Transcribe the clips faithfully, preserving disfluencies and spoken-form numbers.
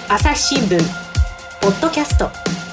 朝日新聞ポッドキャスト。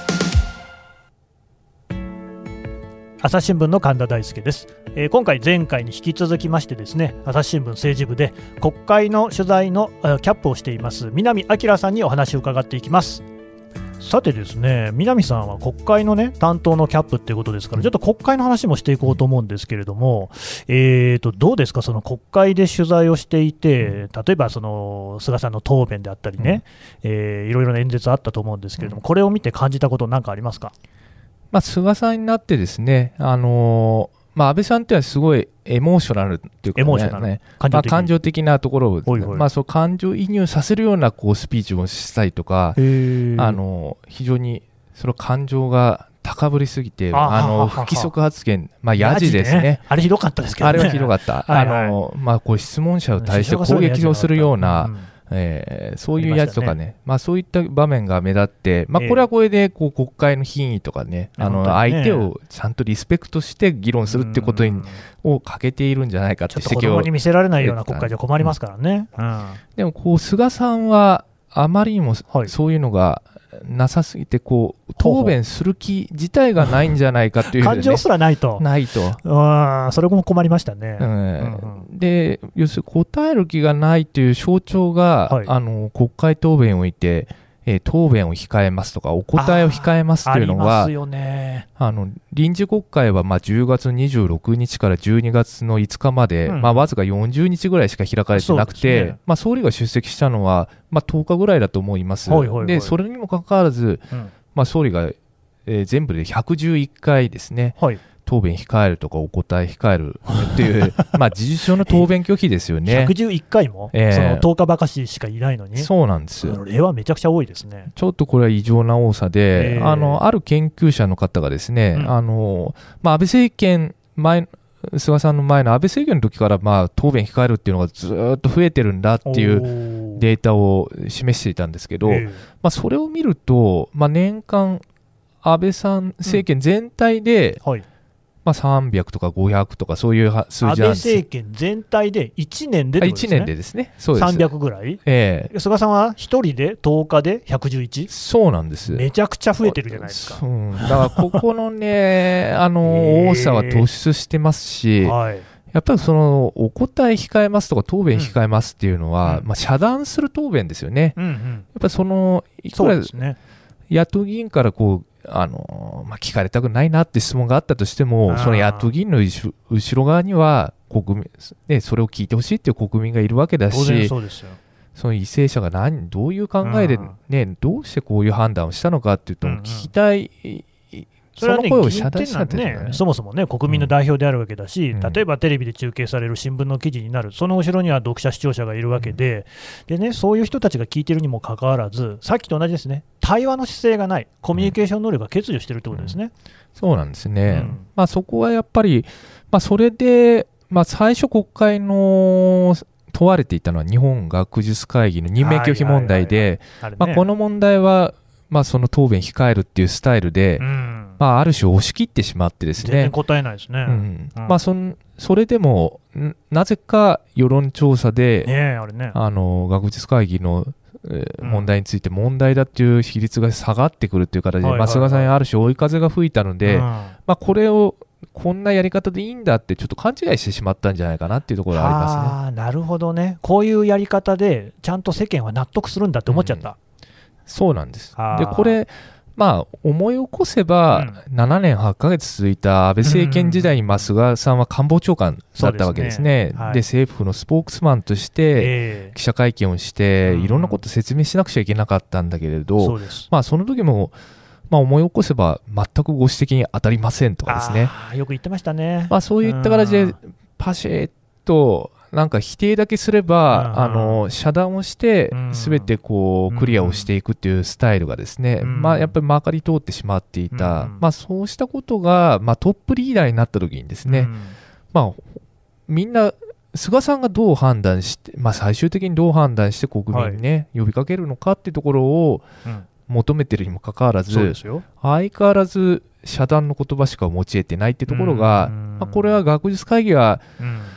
朝日新聞の神田大輔です、えー、今回前回に引き続きましてですね、朝日新聞政治部で国会の取材のキャップをしています南明さんにお話を伺っていきます。さてですね、南さんは国会のね担当のキャップっていうことですから、ちょっと国会の話もしていこうと思うんですけれども、えーとどうですか、その国会で取材をしていて、例えばその菅さんの答弁であったりね、うんえー、いろいろな演説あったと思うんですけれども、これを見て感じたこと何かありますか？ まあ、菅さんになってですね、あのーまあ、安倍さんっていうのはすごいエモーショナルっていうか、ね、 エモーショナル、 ね感情的、 まあ、感情的なところを、 おいおいまあ、そう感情移入させるようなこうスピーチをしたりとか、あのー非常にその感情が高ぶりすぎて、あの不規則発言、まあ、ヤジですね、 ねあれひどかったですけどね。 あれはひどかった、 はいはい、 あのまあ、こう質問者を対して攻撃をするような、うんえー、そういうやつとか ね, ね、まあ、そういった場面が目立って、まあ、これはこれでこう国会の品位とかね、えー、あの相手をちゃんとリスペクトして議論するってことにを欠けているんじゃないかって指摘を、 ちょっと子供に見せられないような国会じゃ困りますからね、うんうん、 でもこう菅さんはあまりにもそういうのがなさすぎて、こう答弁する気自体がないんじゃないかという、ね、 感情すらないとないとあそれも困りましたね、 うんうんうん、で要するに答える気がないという象徴が、はい、あの国会答弁において、えー、答弁を控えますとかお答えを控えますというのはあ, ありますよね。 あの臨時国会はまあじゅうがつにじゅうろくにちからじゅうにがつのいつかまで、うんまあ、わずかよんじゅうにちぐらいしか開かれてなくて、ねまあ、総理が出席したのは、まあ、とおかぐらいだと思います。 はいはいはい、 でそれにもかかわらず、うんまあ、総理が、えー、全部でひゃくじゅういっかいですね、はい答弁控えるとかお答え控えるっていうまあ事実上の答弁拒否ですよね。 ひゃくじゅういっかいも、えー、そのとおかばかししかいないのに。 そうなんです。 例はめちゃくちゃ多いですね。 ちょっとこれは異常な多さで、えー、あのある研究者の方がですね、うんあのまあ、安倍政権前菅さんの前の安倍政権の時からまあ答弁控えるっていうのがずっと増えてるんだっていうデータを示していたんですけど、えーまあ、それを見ると、まあ、年間安倍さん政権全体で、うんはいまあ、さんびゃくとかごひゃくとかそういう数字なんです。安倍政権全体でいちねんでってことですね。 いちねんでですね。そうです。 さんびゃくぐらい、 えー、 菅さんはひとりでとおかでひゃくじゅういち。 そうなんです。 めちゃくちゃ増えてるじゃないですか。 うん、だからここのねあの多さは突出してますし、はい、やっぱりそのお答え控えますとか答弁控えますっていうのは、うんまあ、遮断する答弁ですよね。うんうん、やっぱりそのいくら野党議員からこうあのまあ、聞かれたくないなって質問があったとしても、その野党議員の後ろ側には国民、ね、それを聞いてほしいっていう国民がいるわけだし、 そうですよ。 その為政者が何どういう考えで、ね、どうしてこういう判断をしたのかっていうと聞きたい、うんうんそれはね、議員っていうのはね、そもそもね、国民の代表であるわけだし、うん、例えばテレビで中継される新聞の記事になる、その後ろには読者、視聴者がいるわけで、うん、でね、そういう人たちが聞いているにもかかわらず、さっきと同じですね、対話の姿勢がない、コミュニケーション能力が欠如しているということですね、うん、 そうなんですね、うんまあ、そこはやっぱり、まあ、それで、まあ、最初、国会の問われていたのは、日本学術会議の任命拒否問題で、この問題は、まあ、その答弁控えるっていうスタイルで、うんまあ、ある種押し切ってしまってですね、 全然答えないですね、 うんうんまあ、そ, それでもなぜか世論調査で、 ねあれね、 あの学術会議の、えー、問題について問題だっていう比率が下がってくるという形で、はいはいはいまあ、菅さんにある種追い風が吹いたので、うんまあ、これをこんなやり方でいいんだってちょっと勘違いしてしまったんじゃないかなっていうところがありますね。 あなるほどね、こういうやり方でちゃんと世間は納得するんだって思っちゃった、うんそうなんです。でこれ、まあ、思い起こせば、うん、ななねんはちかげつ続いた安倍政権時代に、まあ、菅さんは官房長官だったわけですね。で、ねはい、政府のスポークスマンとして記者会見をして、えー、いろんなことを説明しなくちゃいけなかったんだけれど、うん、そまあ、その時も、まあ、思い起こせば全くご指摘に当たりませんとかですね。 あよく言ってましたね。 まあ、そういった形でパシッとなんか否定だけすれば、あの遮断をして全てこうクリアをしていくっていうスタイルがですね、まあ、やっぱりまかり通ってしまっていた、まあ、そうしたことが、まあ、トップリーダーになった時にですね、まあ、みんな菅さんがどう判断して、まあ、最終的にどう判断して国民にね、呼びかけるのかっていうところを求めてるにもかかわらず、相変わらず遮断の言葉しか用いてないっていうところが、まあ、これは学術会議は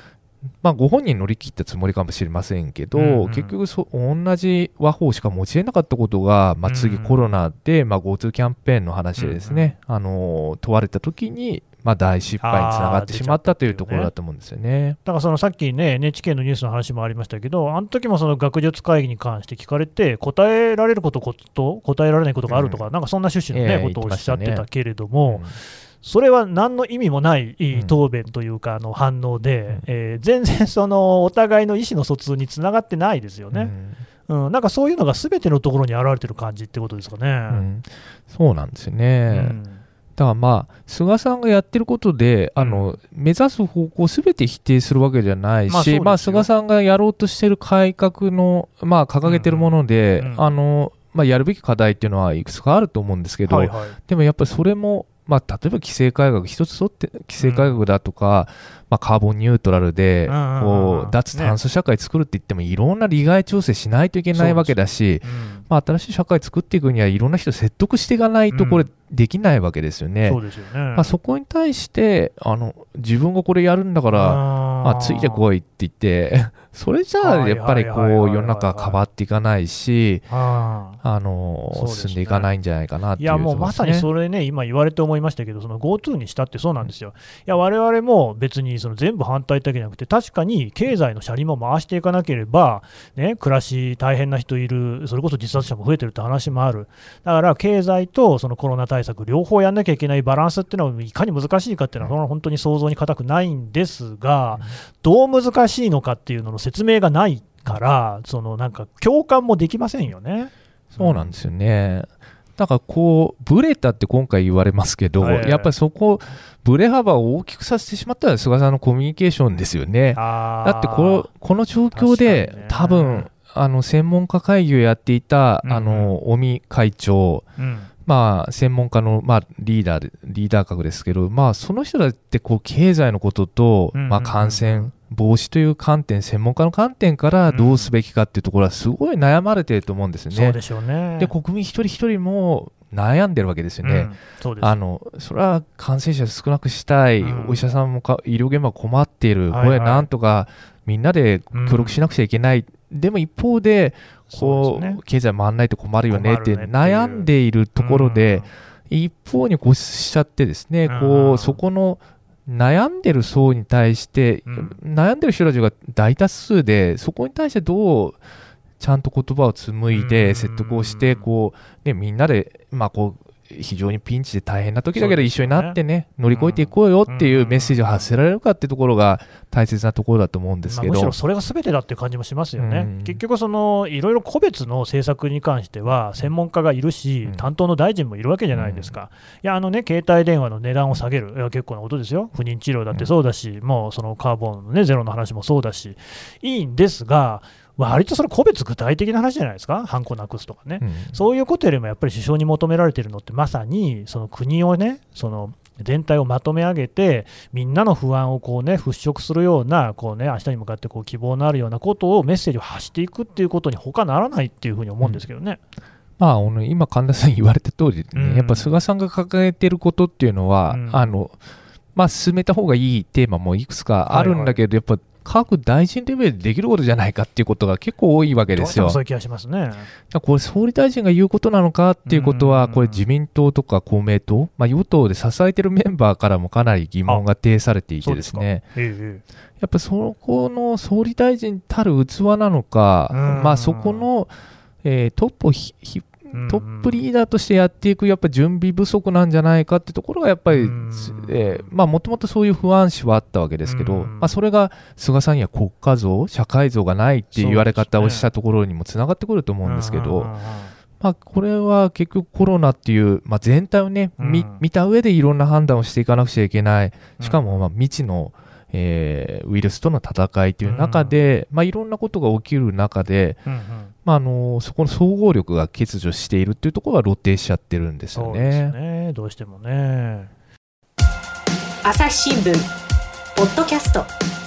まあ、ご本人乗り切ったつもりかもしれませんけど、うんうん、結局そ同じ和法しか持ち得なかったことが、まあ、次コロナで、まあ、GoTo キャンペーンの話でですね、うんうん、あの問われた時に、まあ、大失敗につながってしまったというところだと思うんですよね。 だからそのさっきね エヌエイチケー のニュースの話もありましたけど、あの時もその学術会議に関して聞かれて答えられることと答えられないことがあるとか、うん、なんかそんな趣旨の、ねえー、ことをおっしゃってたけれども、うん、それは何の意味もない答弁というか、あの反応で、うんえー、全然そのお互いの意思の疎通につながってないですよね。うんうん、なんかそういうのがすべてのところに現れてる感じってことですかね。うん、 そうなんですよね。うんだからまあ菅さんがやってることであの、うん、目指す方向をすべて否定するわけじゃないし、まあまあ、菅さんがやろうとしている改革の、まあ、掲げているもので、うんうんあのまあ、やるべき課題っていうのはいくつかあると思うんですけど、はいはい、でもやっぱりそれも、まあ、例えば規制改革一つとって規制改革だとか、うんまあ、カーボンニュートラルでこう脱炭素社会作るって言ってもいろんな利害調整しないといけないわけだし、うんまあ、新しい社会作っていくにはいろんな人説得していかないとこれできないわけですよね。 そうですよね。 まあ、そこに対してあの自分がこれやるんだからまあ、ついてこいって言ってそれじゃあやっぱりこう世の中変わっていかないしあの、ね、進んでいかないんじゃないかなっていう、ね、 いやもうまさにそれね今言われて思いましたけどその GoTo にしたってそうなんですよ。いや我々も別にその全部反対だけじゃなくて確かに経済の車輪も回していかなければ、ね、暮らし大変な人いるそれこそ自殺者も増えてるって話もある。だから経済とそのコロナ対策両方やんなきゃいけないバランスっていうのはいかに難しいかっていうのは本当に想像に難くないんですが、どう難しいのかっていうのの説明がないからそのなんか共感もできませんよね。 そうなんですよね。だからこうブレたって今回言われますけど、えー、やっぱりそこブレ幅を大きくさせてしまったのは菅さんのコミュニケーションですよね。だってこの、この状況で、ね、多分あの専門家会議をやっていた、うん、あの尾身会長、うんまあ、専門家の、まあ、リーダーでリーダー格ですけど、まあ、その人だってこう経済のことと、うんうんうんまあ、感染防止という観点専門家の観点からどうすべきかっていうところはすごい悩まれていると思うんですよね。 そうでしょうね。 で国民一人一人も悩んでるわけですよね、うん、そうです。あのそれは感染者少なくしたい、うん、お医者さんもか医療現場困っている、はいはい、これなんとかみんなで協力しなくちゃいけない、うん、でも一方でこう、ね、経済回らないと困るよねって悩んでいるところで、うん、一方にこうしちゃってですね、うん、こうそこの悩んでる層に対して、うん、悩んでる人たちが大多数でそこに対してどうちゃんと言葉を紡いで説得をしてこう、ね、みんなで、まあ、こう非常にピンチで大変な時だけど一緒になってね乗り越えていこうよっていうメッセージを発せられるかっていうところが大切なところだと思うんですけど、まあ、 むしろそれが全てだっていう感じもしますよね、うん、結局そのいろいろ個別の政策に関しては専門家がいるし、うん、担当の大臣もいるわけじゃないですか、うん、いやあのね携帯電話の値段を下げるいや結構なことですよ。不妊治療だってそうだし、うん、もうそのカーボンの、ね、ゼロの話もそうだしいいんですが割とそれ個別具体的な話じゃないですか。ハンコなくすとかね、うん、そういうことよりもやっぱり首相に求められているのってまさにその国をねその全体をまとめ上げてみんなの不安をこうね払拭するようなこうね明日に向かってこう希望のあるようなことをメッセージを発していくっていうことに他ならないっていうふうに思うんですけどね、うんまあ、今神田さん言われた通りでね、うん、やっぱ菅さんが掲げていることっていうのは、うん、あのまあ進めた方がいいテーマもいくつかあるんだけど、はいはい、やっぱ各大臣レベルでできることじゃないかっていうことが結構多いわけですよ。 どうしてもそういう気がしますね。 これ総理大臣が言うことなのかっていうことはこれ自民党とか公明党、まあ、与党で支えてるメンバーからもかなり疑問が呈されていてですね、ええ、やっぱそこの総理大臣たる器なのか、まあ、そこの、えー、トップをひひトップリーダーとしてやっていくやっぱ準備不足なんじゃないかってところがやっぱりもともとそういう不安視はあったわけですけど、まあ、それが菅さんには国家像社会像がないっていう言われ方をしたところにもつながってくると思うんですけど、まあ、これは結局コロナっていう、まあ、全体をね、見、見た上でいろんな判断をしていかなくちゃいけない。しかもまあ未知のえー、ウイルスとの戦いという中で、うんまあ、いろんなことが起きる中で、うんうんまあ、あのそこの総合力が欠如しているというところが露呈しちゃってるんですよね。 そうですね、どうしてもね。 朝日新聞ポッドキャスト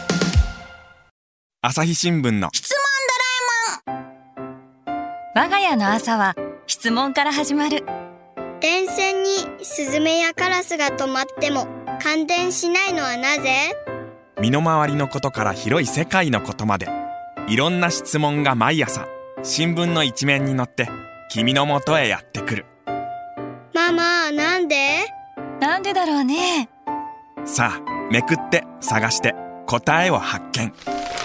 朝日新聞の質問ドラえもん。我が家の朝は質問から始まる。 電線にスズメやカラスが止まっても感電しないのはなぜ？ 身の回りのことから広い世界のことまで、いろんな質問が毎朝新聞の一面に載って君のもとへやってくる。 ママ、なんで？ なんでだろうね。 さあ、めくって探して答えを発見。 あった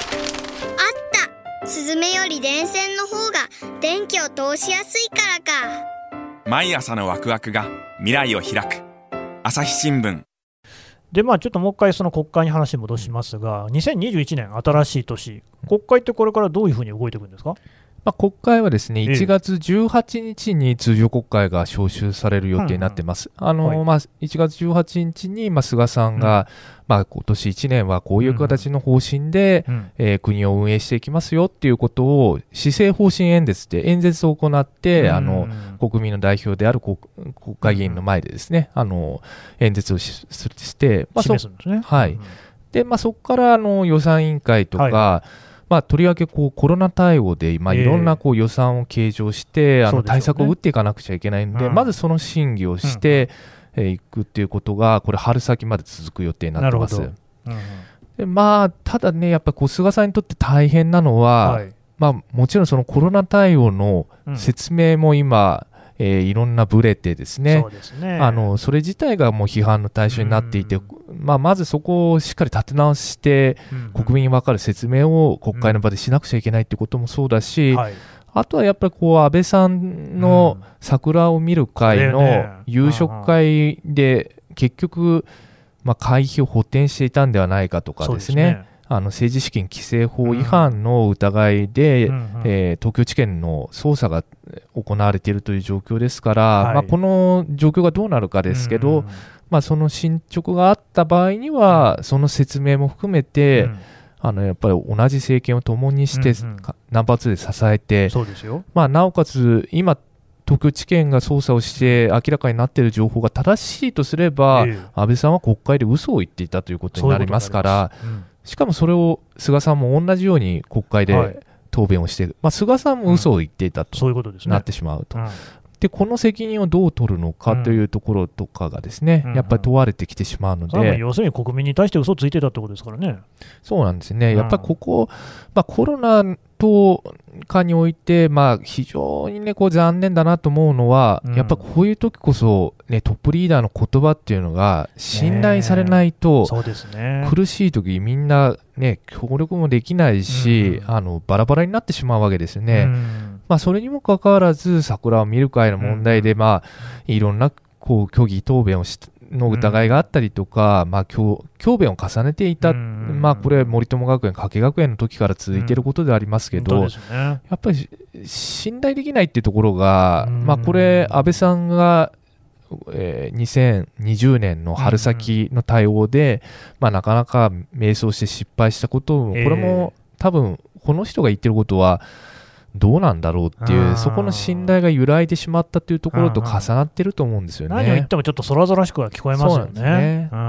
！スズメより電線の方が電気を通しやすいからか。 毎朝のワクワクが未来を開く。朝日新聞。 でまあ、ちょっともう一回その国会に話戻しますが、にせんにじゅういちねん新しい年、国会ってこれからどういうふうに動いていくんですか？ まあ、国会はですね、いちがつじゅうはちにちに通常国会が召集される予定になっています。あの、まあ、いちがつじゅうはちにちに、まあ、菅さんが、うんまあ、今年いちねんはこういう形の方針で、うんえー、国を運営していきますよっていうことを、施政方針演説で演説を行って、うん、あの国民の代表である 国, 国会議員の前でですね、あの演説を し, して、まあ、 示すんですね。 はい。で、まあ、そこからあの予算委員会とか、はいまあ、とりわけこうコロナ対応で今いろんなこう予算を計上して、えー、あの対策を打っていかなくちゃいけないので、うん、まずその審議をしてい、うんえー、くっていうことがこれ春先まで続く予定になってます。うん、でまあ、ただねやっぱり菅さんにとって大変なのは、はいまあ、もちろんそのコロナ対応の説明も今、うんえー、いろんなブレてですね、そうですね、あのそれ自体がもう批判の対象になっていて、まあ、まずそこをしっかり立て直して、うん、国民に分かる説明を国会の場でしなくちゃいけないってこともそうだし、うんはい、あとはやっぱりこう安倍さんの桜を見る会の夕食会で結局、まあ、会費を補填していたんではないかとかですね、あの政治資金規正法違反の疑いで、うんうんえー、東京地検の捜査が行われているという状況ですから、はいまあ、この状況がどうなるかですけど、うんまあ、その進捗があった場合にはその説明も含めて、うん、あのやっぱり同じ政権を共にして、うんうん、ナンバーツーで支えてそうですよ、まあ、なおかつ今東京地検が捜査をして明らかになっている情報が正しいとすれば、えー、安倍さんは国会で嘘を言っていたということになりますから、しかもそれを菅さんも同じように国会で答弁をして、はいまあ、菅さんも嘘を言っていたと、うん、そういうことですね、なってしまうと、うん、でこの責任をどう取るのかというところとかがですね、うん、やっぱり問われてきてしまうので、うんうん、 要するに国民に対して嘘をついてたってことですからね。 そうなんですね、やっぱりここ、まあ、コロナとかにおいて、まあ、非常に、ね、こう残念だなと思うのは、うん、やっぱこういう時こそ、ね、トップリーダーの言葉っていうのが信頼されないと、そうですね、苦しい時みんな、ね、協力もできないし、うん、あのバラバラになってしまうわけですよね。うんまあ、それにもかかわらず桜を見る会の問題で、うんまあ、いろんなこう虚偽答弁をしの疑いがあったりとか、うんまあ、強, 強弁を重ねていた、うんまあ、これは森友学園加計学園の時から続いていることでありますけど、うんね、やっぱり信頼できないっていうところが、うんまあ、これ安倍さんが、えー、にせんにじゅうねんの春先の対応で、うんまあ、なかなか迷走して失敗したことも、これも多分この人が言ってることはどうなんだろうっていう、そこの信頼が揺らいでしまったというところと重なってると思うんですよね。 何を言ってもちょっと空々しくは聞こえますよね。ねうん、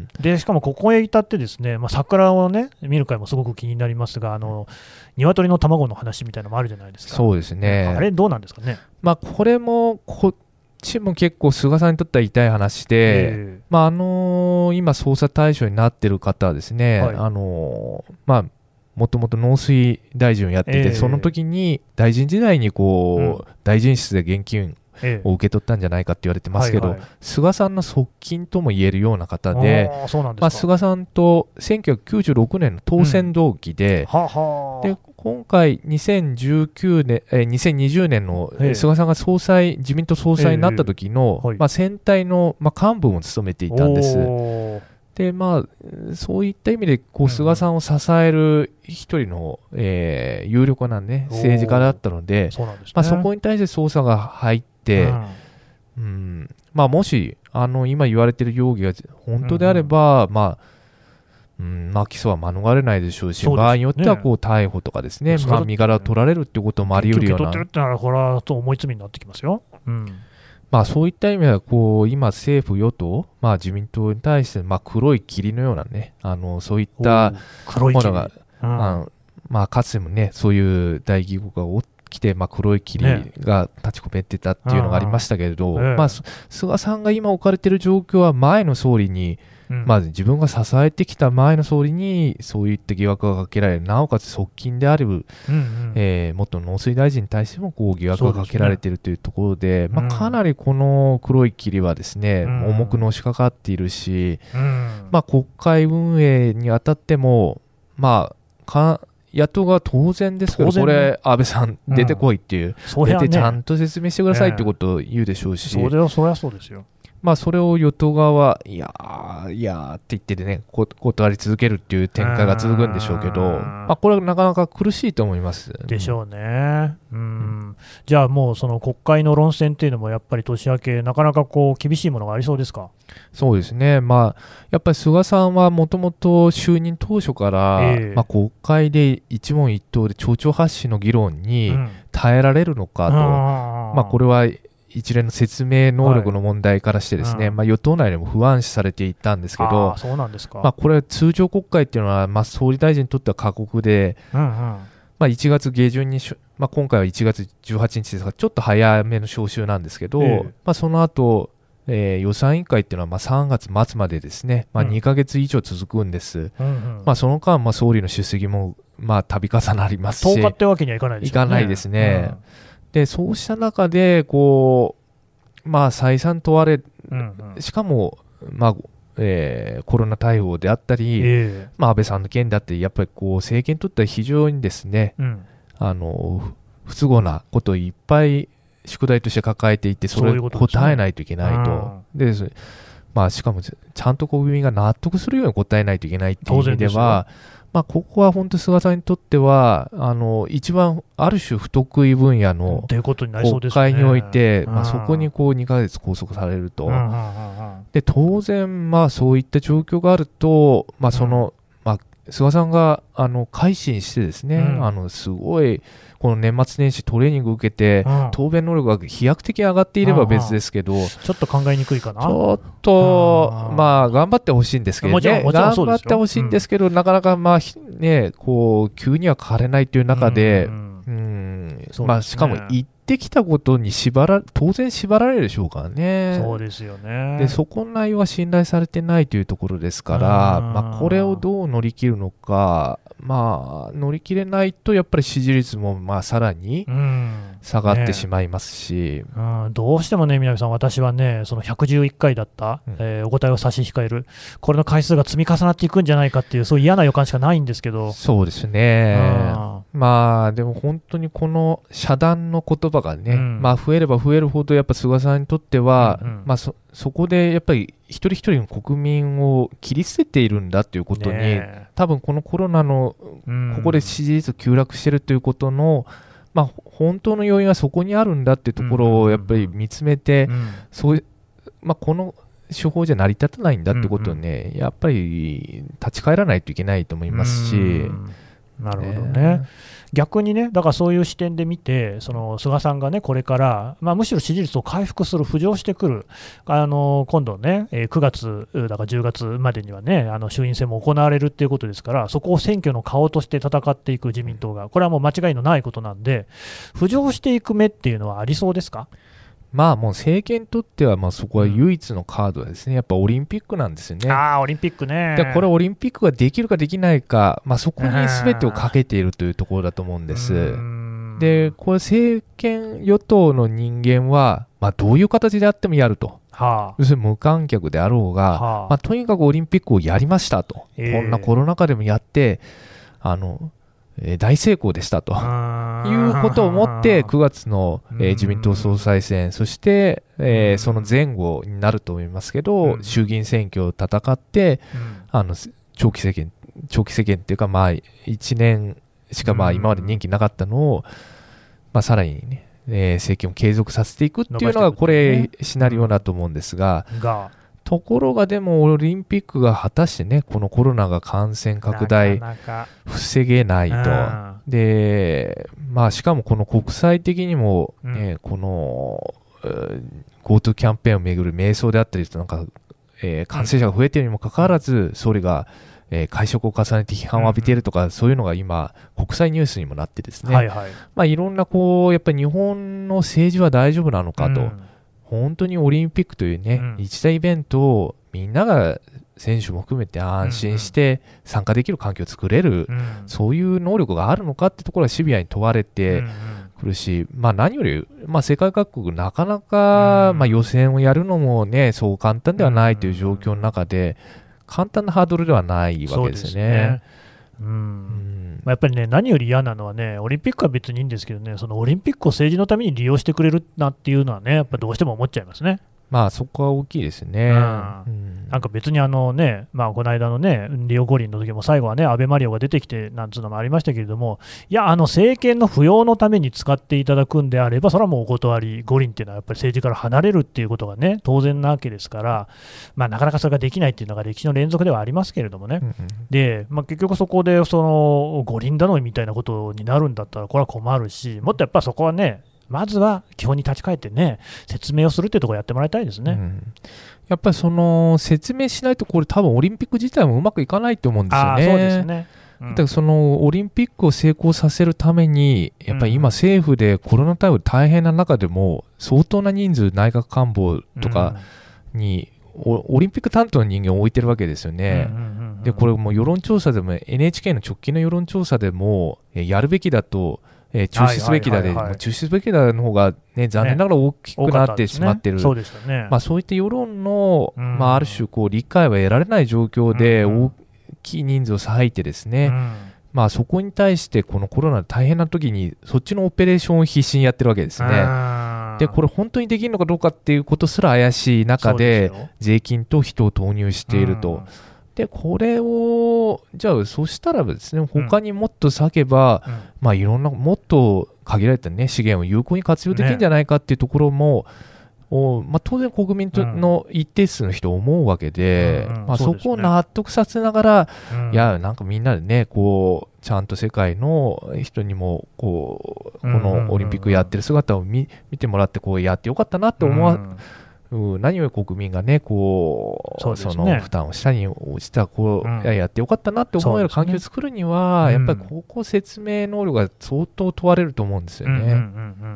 でしかもここへ至ってですね、まあ、桜を、ね、見る会もすごく気になりますが、あの鶏の卵の話みたいなのもあるじゃないですか。 そうですね。 あれどうなんですかね。 まあ、これもこっちも結構菅さんにとっては痛い話で、えーまああのー、今捜査対象になっている方はですね、はいあのーまあもともと農水大臣をやっていて、えー、その時に大臣時代にこう、うん、大臣室で現金を受け取ったんじゃないかって言われてますけど、えーはいはい、菅さんの側近とも言えるような方で、まあ、菅さんとせんきゅうひゃくきゅうじゅうろくねんの当選同期で、うん、ははで今回にせんじゅうきゅうねん、えー、にせんにじゅうねんの、えー、菅さんが総裁自民党総裁になった時の、えーはいまあ、選対の、まあ、幹部も務めていたんです。でまあ、そういった意味でこう菅さんを支える一人の、えー、有力な、ね、政治家だったので、 そうなんですね。まあ、そこに対して捜査が入って、うんうんまあ、もしあの今言われている容疑が本当であれば、うんまあうんまあ、起訴は免れないでしょうし、う、ね、場合によってはこう逮捕とかですね、まあ、身柄を取られるということもあり得るような。 受け取ってるってのはこれはと重い罪になってきますよ。うんまあ、そういった意味ではこう今政府与党、まあ、自民党に対してまあ黒い霧のようなね、あのそういったものが、うん、あのまあ、かつてもねそういう大規模が起きて、まあ、黒い霧が立ち込めてたっていうのがありましたけれど、ねまあ、菅さんが今置かれている状況は前の総理にうんまあ、自分が支えてきた前の総理にそういった疑惑がかけられる、なおかつ側近である、うんうんえー、元農水大臣に対してもこう疑惑がかけられているというところで、でねまあ、かなりこの黒い霧はですね、うん、重くのしかかっているし、うんまあ、国会運営にあたっても、まあ、か野党が当然ですけど、これ、安倍さん、出てこいっていう、うんね、出てちゃんと説明してくださいってことを言うでしょうし、 それはそりゃそうですよ。 まあ、それを与党側は、いやー、いやーって言っててね、こ断り続けるっていう展開が続くんでしょうけど、まあ、これはなかなか苦しいと思います。 でしょうね。うん、うん、じゃあもう、その国会の論戦っていうのも、やっぱり年明け、なかなかこう厳しいものがありそうですか。 そうですね、まあ、やっぱり菅さんはもともと就任当初から、えーまあ、国会で一問一答で丁々発止の議論に耐えられるのかと、うん、まあ、これは一連の説明能力の問題からしてですね、はいうんまあ、与党内でも不安視されていたんですけど、 あそうなんですか、 まあ、これ通常国会っていうのは、まあ、総理大臣にとっては過酷で、うんうんまあ、いちがつ下旬に、まあ、今回はいちがつじゅうはちにちですがちょっと早めの召集なんですけど、えーまあ、その後、えー、予算委員会っていうのはまあさんがつ末までですね、まあ、にかげつ以上続くんです、うんうんまあ、その間、まあ、総理の出席もまあ度重なりますし、 とおかってわけにはいかないでしょうね。 いかないですね、うんでそうした中でこう、まあ、再三問われ、うんうん、しかも、まあえー、コロナ対応であったり、えーまあ、安倍さんの件だってやっぱりこう政権にとっては非常にですね、うん、あの不都合なことをいっぱい宿題として抱えていてそれを答えないといけないと。でまあ、しかもちゃんと国民が納得するように答えないといけないという意味ではまあ、ここは本当菅さんにとってはあの一番ある種不得意分野の国会において、まあ、そこにこうにかげつ拘束されると、で当然、まあ、そういった状況があると、まあそのまあ、菅さんがあの改心してですね、うん、あのすごいこの年末年始トレーニングを受けて、うん、答弁能力が飛躍的に上がっていれば別ですけど、うんうん、 ちょっと考えにくいかな。 ちょっと、うん、まあ頑張ってほしいんですけどね、頑張ってほしいんですけど、うん、なかなかまあねこう急には変われないという中で、うんうんうんまあ、しかも言ってきたことに縛ら当然縛られるでしょうからね。 そうですよね。 でそこの内容は信頼されてないというところですから、まあ、これをどう乗り切るのか、まあ、乗り切れないとやっぱり支持率もまあさらに下がってしまいますし、 うんねうん、どうしてもね南さん私はねそのひゃくじゅういっかいだった、うんえー、お答えを差し控えるこれの回数が積み重なっていくんじゃないかっていうそういう嫌な予感しかないんですけど。 そうですね、うん、まあでも本当にこの遮断の言葉がね、うんまあ、増えれば増えるほどやっぱ菅さんにとっては、うんうんまあ、そ, そこでやっぱり一人一人の国民を切り捨てているんだということに、ね、多分このコロナのここで支持率急落しているということの、まあ、本当の要因はそこにあるんだというところをやっぱり見つめて、うんそういうまあ、この手法じゃ成り立たないんだということをね、うんうん、やっぱり立ち返らないといけないと思いますし、うん、 なるほどね、ね逆にね、だからそういう視点で見て、その菅さんがね、これから、まあ、むしろ支持率を回復する、浮上してくる、あの今度ね、くがつ、だからじゅうがつまでにはね、あの衆院選も行われるっていうことですから、そこを選挙の顔として戦っていく自民党が、これはもう間違いのないことなんで、浮上していく目っていうのはありそうですか？ まあもう政権にとってはまあそこは唯一のカードはですね、やっぱオリンピックなんですよね。 ああ、オリンピックね。 でこれオリンピックができるかできないか、まあ、そこに全てをかけているというところだと思うんです。でこれ政権与党の人間は、まあ、どういう形であってもやると、はあ、要するに無観客であろうが、はあまあ、とにかくオリンピックをやりましたと、えー、こんなコロナ禍でもやってあのえー、大成功でしたということをもってくがつの、えー、自民党総裁選そして、えー、その前後になると思いますけど衆議院選挙を戦ってあの長期政権長期政権っていうかまあいちねんしかまあ今まで任期なかったのをまあさらにね、えー、政権を継続させていくっていうのがこれシナリオだと思うんですがところがでもオリンピックが果たしてねこのコロナが感染拡大防げないとで、まあ、しかもこの国際的にも、ねうん、この GoTo キャンペーンをめぐる迷走であったりとなんか、えー、感染者が増えているにもかかわらず総理が、えー、会食を重ねて批判を浴びているとか、うん、そういうのが今国際ニュースにもなってですね、はいはいまあ、いろんなこうやっぱり日本の政治は大丈夫なのかと、うん本当にオリンピックというね、うん、一大イベントをみんなが選手も含めて安心して参加できる環境を作れる、うんうん、そういう能力があるのかってところはシビアに問われてくるし、うんうん、まあ、何より、まあ、世界各国なかなか、うん、まあ、予選をやるのもねそう簡単ではないという状況の中で簡単なハードルではないわけですよね。 うんうんまあ、やっぱりね、何より嫌なのはね、オリンピックは別にいいんですけどね、そのオリンピックを政治のために利用してくれるなっていうのはね、やっぱどうしても思っちゃいますね。 まあそこは大きいですね。 うん、なんか別にあのね、まあこの間のね、リオ五輪の時も最後はね、安倍マリオが出てきてなんつうのもありましたけれども、いや、あの政権の扶養のために使っていただくんであれば、それはもうお断り、五輪っていうのはやっぱり政治から離れるっていうことがね、当然なわけですから、まあなかなかそれができないっていうのが歴史の連続ではありますけれどもね。うんうん、で、まあ結局そこでその五輪頼みみたいなことになるんだったら、これは困るし、もっとやっぱそこはね、まずは基本に立ち返ってね、説明をするっていうところをやってもらいたいですね。うん、 やっぱりその説明しないと、これ、多分オリンピック自体もうまくいかないと思うんですよね。 あ、そうですね。うん、 だからそのオリンピックを成功させるために、やっぱり今、政府でコロナ対応大変な中でも、相当な人数、内閣官房とかに、オリンピック担当の人間を置いてるわけですよね。で、これも世論調査でも、エヌエイチケー の直近の世論調査でも、やるべきだと、えー、中止すべきだで、中止すべきだの方が、ね、残念ながら大きくなってしまっている、 ね、そうでしたね。 まあ、そういった世論の、うんまあ、ある種こう理解は得られない状況で大きい人数を割いてですね、うんまあ、そこに対してこのコロナで大変な時にそっちのオペレーションを必死にやってるわけですね。でこれ本当にできるのかどうかっていうことすら怪しい中で税金と人を投入していると。でこれをじゃあそしたらですね、他にもっと割けば、うんまあ、いろんなもっと限られた、ね、資源を有効に活用できるんじゃないかっていうところも、ねまあ、当然国民の一定数の人は思うわけで、うんうんまあ、そこを納得させながら、うん、いやなんかみんなでねこうちゃんと世界の人にもこうこのオリンピックやってる姿を 見, 見てもらってこうやってよかったなって思わ、うんうん、何より国民がねこう そ, う、ね、その負担を下に応じたこう、うん、やってよかったなって思える環境を作るには、ね、やっぱりここ説明能力が相当問われると思うんですよね。うんうんうんうん、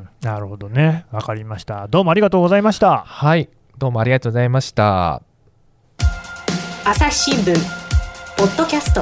なるほどね、わかりました。どうもありがとうございました。 はい、どうもありがとうございました。 朝日新聞ポッドキャスト。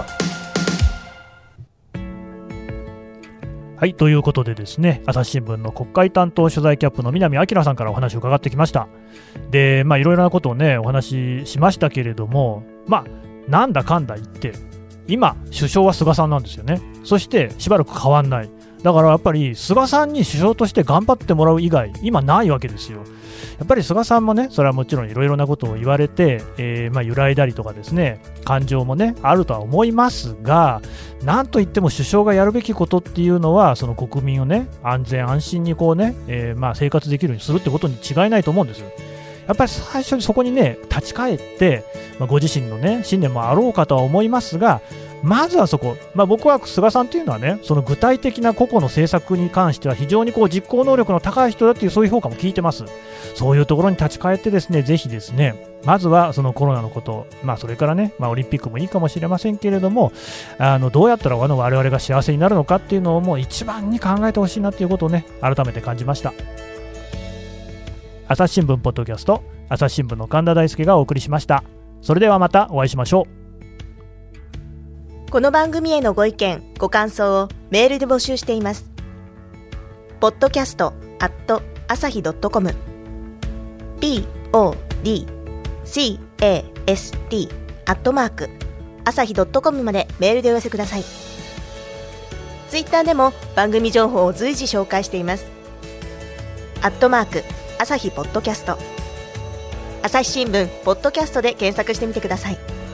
はい、ということでですね、朝日新聞の国会担当取材キャップの南明さんからお話を伺ってきました。で、まあいろいろなことをねお話ししましたけれども、まあなんだかんだ言って今首相は菅さんなんですよね。そしてしばらく変わんない。だからやっぱり菅さんに首相として頑張ってもらう以外今ないわけですよ。やっぱり菅さんもねそれはもちろんいろいろなことを言われて、えー、まあ揺らいだりとかですね感情もねあるとは思いますが、なんといっても首相がやるべきことっていうのはその国民をね安全安心にこうね、えー、まあ生活できるようにするってことに違いないと思うんですよ。やっぱり最初にそこにね立ち返って、まあ、ご自身のね信念もあろうかとは思いますが、まずはそこ、まあ、僕は菅さんというのはねその具体的な個々の政策に関しては非常にこう実行能力の高い人だっていうそういう評価も聞いてます。そういうところに立ち返ってですねぜひですねまずはそのコロナのこと、まあ、それからね、まあ、オリンピックもいいかもしれませんけれども、あのどうやったら我々が幸せになるのかっていうのをもう一番に考えてほしいなっていうことをね改めて感じました。朝日新聞ポッドキャスト、朝日新聞の神田大輔がお送りしました。それではまたお会いしましょう。この番組へのご意見ご感想をメールで募集しています。ポッドキャストアット朝日ドットコム ピーオーディーシーエーエスティー アットマーク朝日ドットコムまでメールでお寄せください。ツイッターでも番組情報を随時紹介しています。アットマーク朝日ポッドキャスト、朝日新聞ポッドキャストで検索してみてください。